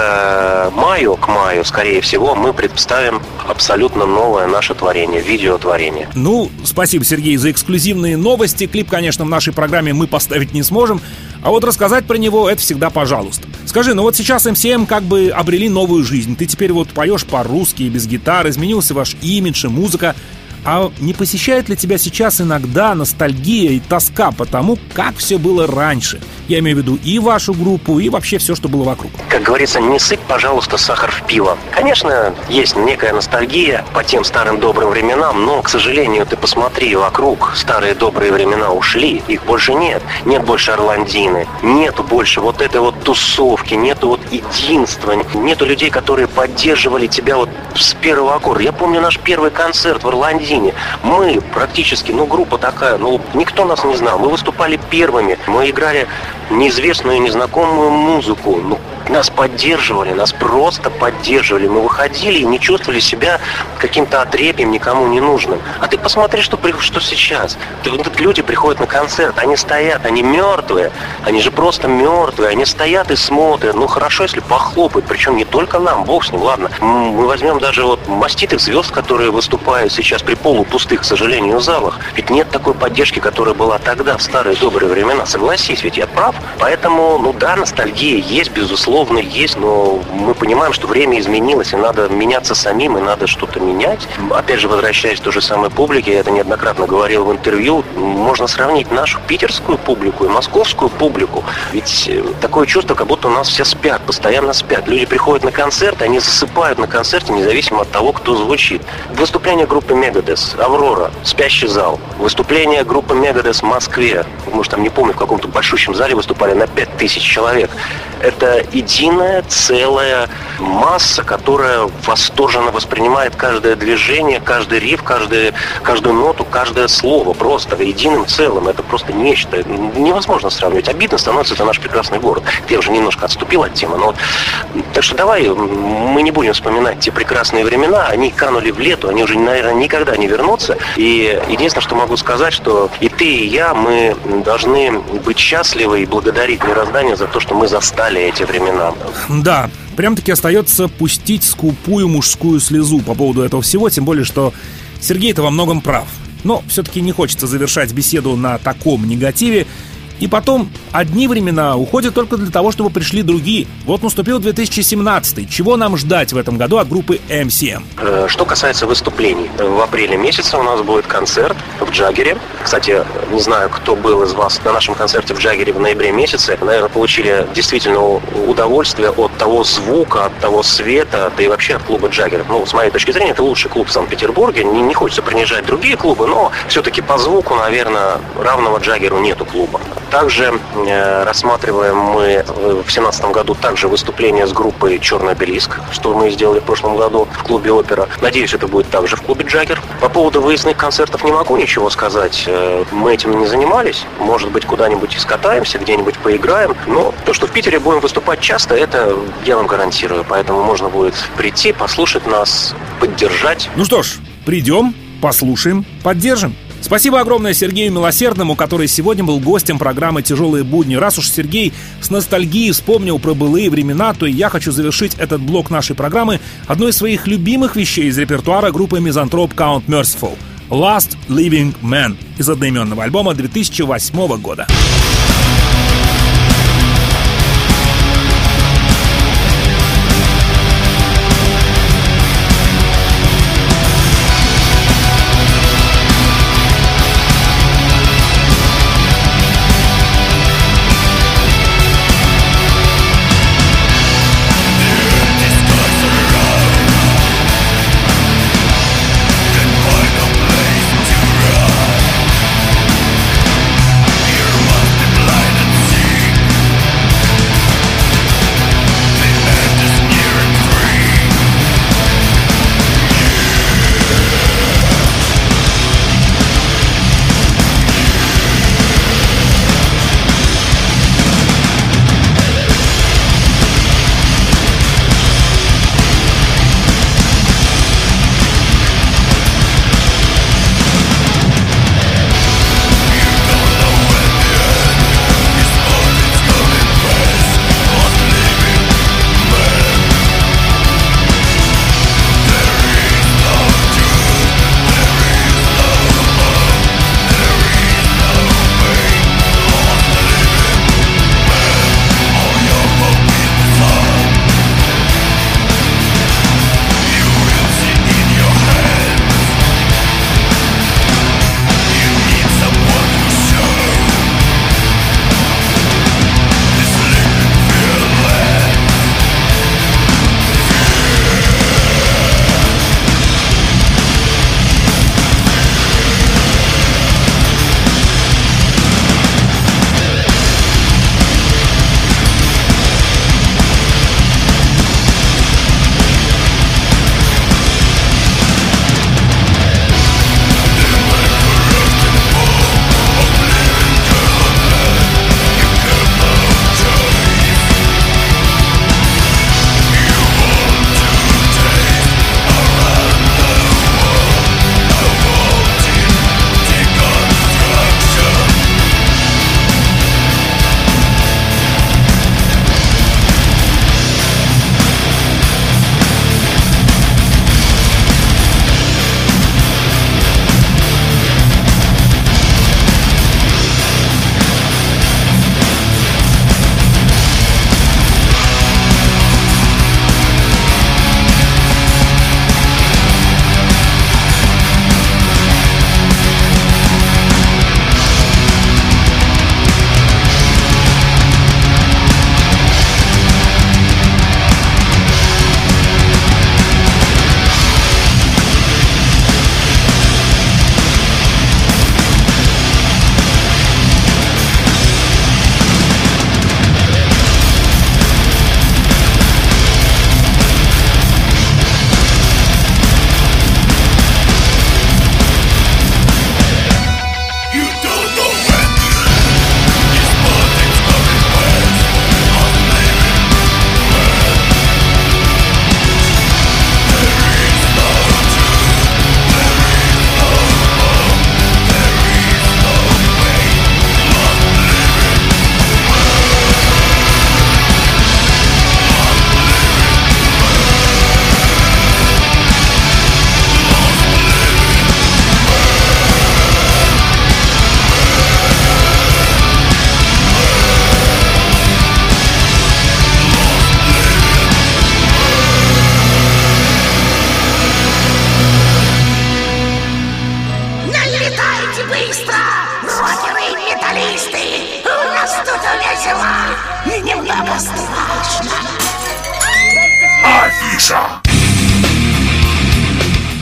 к маю, к маю, скорее всего, мы представим абсолютно новое наше творение, видеотворение. Ну, спасибо, Сергей, за эксклюзивные новости. Клип, конечно, в нашей программе мы поставить не сможем, а вот рассказать про него — это всегда пожалуйста. Скажи, ну вот сейчас эм си эм как бы обрели новую жизнь. Ты теперь вот поешь по-русски, без гитары, изменился ваш имидж и музыка. А не посещает ли тебя сейчас иногда ностальгия и тоска по тому, как все было раньше? Я имею в виду и вашу группу, и вообще все, что было вокруг. Как говорится, не сыпь, пожалуйста, сахар в пиво. Конечно, есть некая ностальгия по тем старым добрым временам, но, к сожалению, ты посмотри вокруг, старые добрые времена ушли, их больше нет. Нет больше Орландины, нету больше вот этой вот тусовки, нету вот единства, нету людей, которые поддерживали тебя вот с первого аккорда. Я помню наш первый концерт в Орландине. Мы практически, ну, группа такая, ну, никто нас не знал. Мы выступали первыми, мы играли неизвестную, незнакомую музыку. Ну, нас поддерживали, нас просто поддерживали. Мы выходили и не чувствовали себя каким-то отребьем, никому не нужным. А ты посмотри, что, что сейчас. Тут люди приходят на концерт, они стоят, они мертвые. Они же просто мертвые. Они стоят и смотрят. Ну, хорошо, если похлопают. Причем не только нам, бог с ним, ладно. Мы возьмем даже вот маститых звезд, которые выступают сейчас при полупустых, к сожалению, залах. Ведь нет такой поддержки, которая была тогда, в старые добрые времена. Согласись, ведь я прав. Поэтому, ну да, ностальгия есть, безусловно. Есть, но мы понимаем, что время изменилось, и надо меняться самим, и надо что-то менять. Опять же, возвращаясь к той же самой публике, я это неоднократно говорил в интервью, можно сравнить нашу питерскую публику и московскую публику. Ведь такое чувство, как будто у нас все спят, постоянно спят. Люди приходят на концерт, они засыпают на концерте, независимо от того, кто звучит. Выступление группы Megadeth, Аврора, спящий зал. Выступление группы Megadeth в Москве, может, там, не помню, в каком-то большущем зале выступали на пять тысяч человек. Это единая, целая масса, которая восторженно воспринимает каждое движение, каждый риф, каждый, каждую ноту, каждое слово. Просто единым целым. Это просто нечто. Невозможно сравнивать. Обидно становится, это наш прекрасный город. Я уже немножко отступил от темы. Но вот... Так что давай мы не будем вспоминать те прекрасные времена. Они канули в лету, они уже, наверное, никогда не вернутся. И единственное, что могу сказать, что и ты, и я, мы должны быть счастливы и благодарить мироздание за то, что мы застали эти времена. Да, прям-таки остается пустить скупую мужскую слезу по поводу этого всего, тем более, что Сергей-то во многом прав. Но все-таки не хочется завершать беседу на таком негативе. И потом, одни времена уходят только для того, чтобы пришли другие. Вот наступил две тысячи семнадцатый. Чего нам ждать в этом году от группы эм си эм? Что касается выступлений, в апреле месяце у нас будет концерт в Джаггере. Кстати, не знаю, кто был из вас на нашем концерте в Джаггере в ноябре месяце. Наверное, получили действительно удовольствие от того звука, от того света, да и вообще от клуба Джаггер. Ну, с моей точки зрения, это лучший клуб в Санкт-Петербурге. Не, не хочется принижать другие клубы, но все-таки по звуку, наверное, равного Джаггеру нету клуба. Также э, рассматриваем мы в семнадцатом году также выступление с группой «Черный обелиск», что мы сделали в прошлом году в клубе «Опера». Надеюсь, это будет также в клубе «Джаггер». По поводу выездных концертов не могу ничего сказать. Э, мы этим не занимались. Может быть, куда-нибудь скатаемся, где-нибудь поиграем. Но то, что в Питере будем выступать часто, это я вам гарантирую. Поэтому можно будет прийти, послушать нас, поддержать. Ну что ж, придем, послушаем, поддержим. Спасибо огромное Сергею Милосердному, который сегодня был гостем программы «Тяжелые будни». Раз уж Сергей с ностальгией вспомнил про былые времена, то я хочу завершить этот блок нашей программы одной из своих любимых вещей из репертуара группы Misanthrope Count Merciful — «Last Living Man» из одноименного альбома две тысячи восьмого года.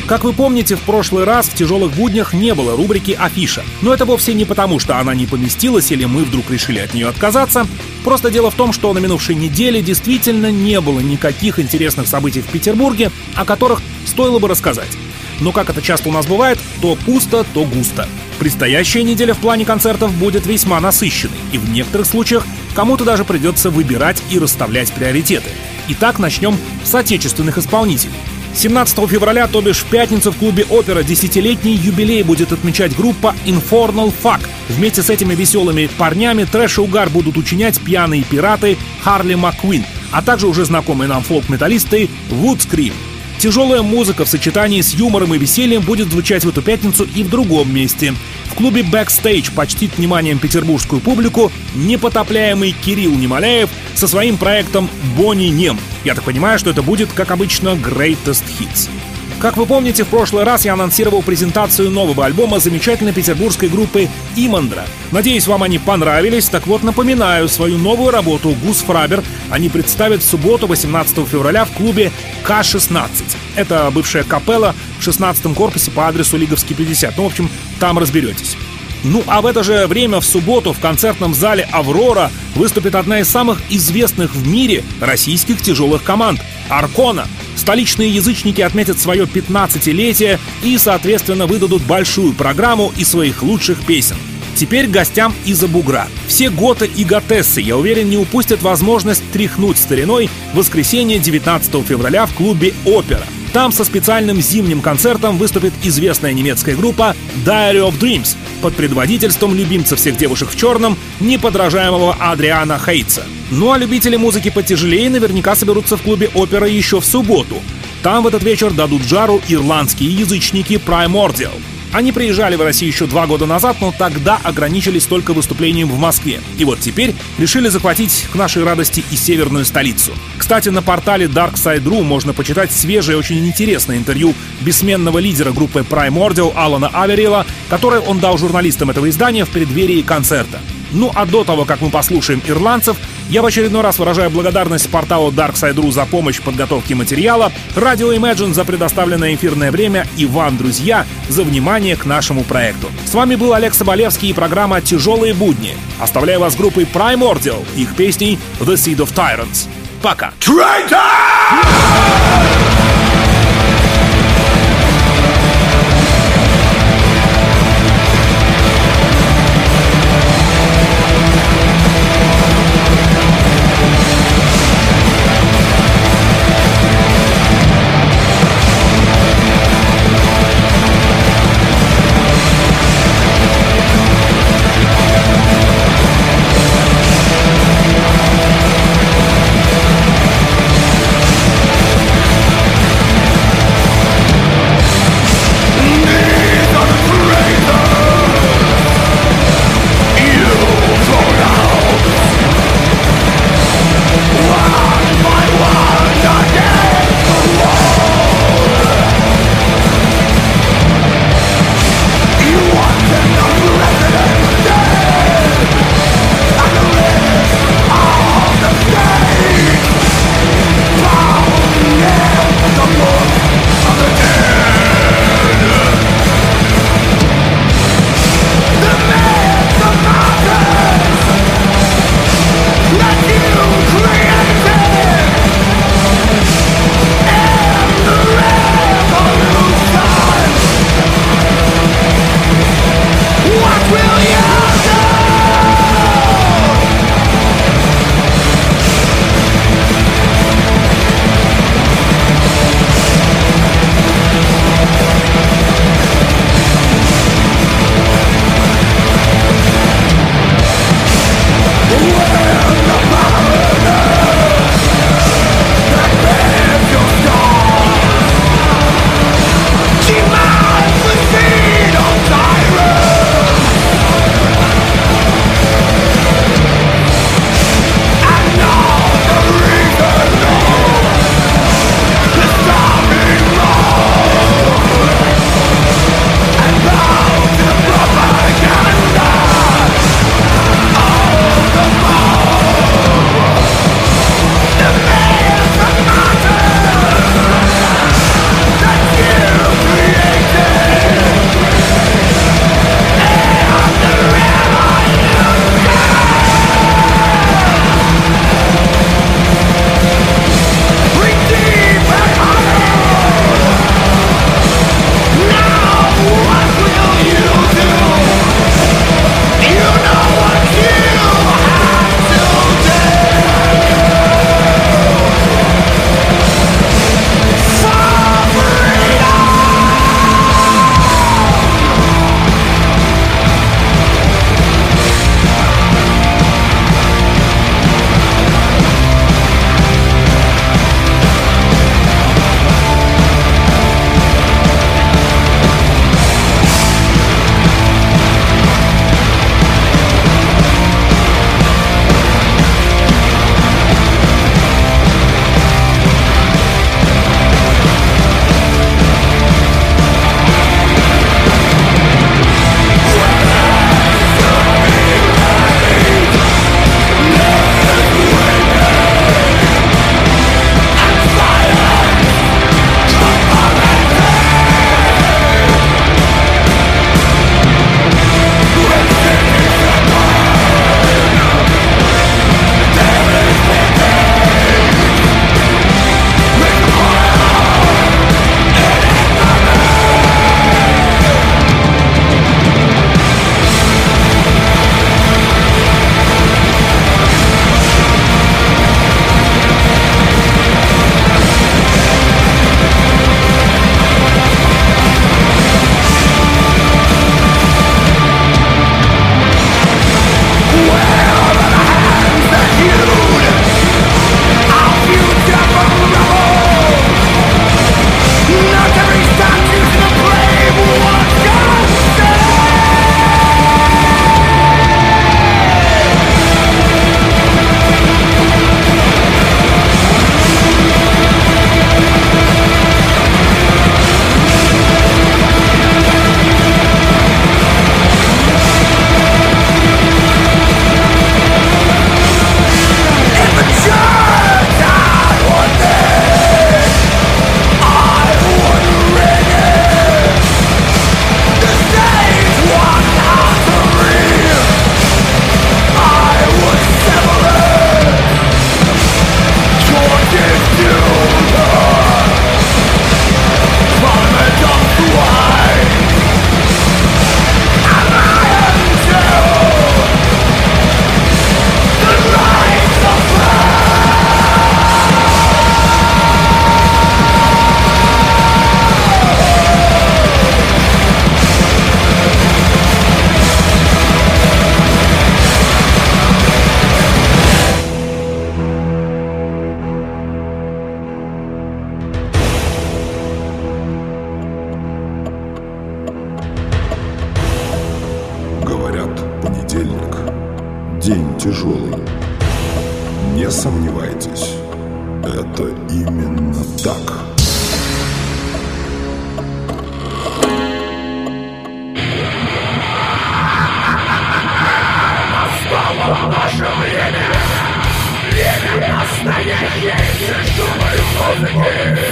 Как вы помните, в прошлый раз в «Тяжелых буднях» не было рубрики «Афиша». Но это вовсе не потому, что она не поместилась или мы вдруг решили от нее отказаться. Просто дело в том, что на минувшей неделе действительно не было никаких интересных событий в Петербурге, о которых стоило бы рассказать. Но, как это часто у нас бывает, то пусто, то густо. Предстоящая неделя в плане концертов будет весьма насыщенной, и в некоторых случаях кому-то даже придется выбирать и расставлять приоритеты. Итак, начнем с отечественных исполнителей. семнадцатого февраля, то бишь в пятницу, в клубе «Опера» десятилетний юбилей будет отмечать группа Infernal Fuck. Вместе с этими веселыми парнями трэш и угар будут учинять пьяные пираты Харли Маккуин, а также уже знакомые нам фолк-металлисты Woodskream. Тяжелая музыка в сочетании с юмором и весельем будет звучать в эту пятницу и в другом месте. В клубе Backstage почтит вниманием петербургскую публику непотопляемый Кирилл Немоляев со своим проектом «Бонни Нем». Я так понимаю, что это будет, как обычно, Greatest Hits. Как вы помните, в прошлый раз я анонсировал презентацию нового альбома замечательной петербургской группы «Имандра». Надеюсь, вам они понравились. Так вот, напоминаю, свою новую работу «Гус Фрабер» они представят в субботу, восемнадцатого февраля, в клубе Ка шестнадцать. Это бывшая капелла в шестнадцатом корпусе по адресу Лиговский, пятьдесят. Ну, в общем, там разберетесь. Ну а в это же время в субботу в концертном зале «Аврора» выступит одна из самых известных в мире российских тяжелых команд — «Аркона». Столичные язычники отметят свое пятнадцатилетие и, соответственно, выдадут большую программу из своих лучших песен. Теперь к гостям из-за бугра. Все готы и готессы, я уверен, не упустят возможность тряхнуть стариной в воскресенье девятнадцатого февраля в клубе «Опера». Там со специальным зимним концертом выступит известная немецкая группа Diary of Dreams под предводительством любимца всех девушек в черном, неподражаемого Адриана Хейтса. Ну а любители музыки потяжелее наверняка соберутся в клубе «Опера» еще в субботу. Там в этот вечер дадут жару ирландские язычники Primordial. Они приезжали в Россию еще два года назад, но тогда ограничились только выступлением в Москве. И вот теперь решили захватить к нашей радости и северную столицу. Кстати, на портале Dark Side точка ru можно почитать свежее, очень интересное интервью бессменного лидера группы Primordial Алана Аверила, которое он дал журналистам этого издания в преддверии концерта. Ну а до того, как мы послушаем ирландцев, я в очередной раз выражаю благодарность порталу Dark Side точка ru за помощь в подготовке материала, Radio Imagine за предоставленное эфирное время и вам, друзья, за внимание к нашему проекту. С вами был Олег Соболевский и программа «Тяжелые будни». Оставляю вас с группой Primordial, их песней The Seed of Tyrants. Пока! день тяжелый. Не сомневайтесь, это именно так. Настало наше время. Время настоящей тяжелой музыки.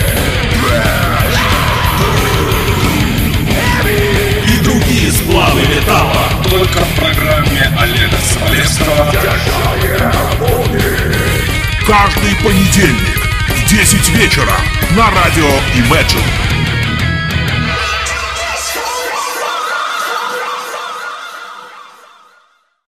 И другие сплавы металла. Только в программе Олега Смолецкого. Каждый понедельник в десять вечера на радио Imagine.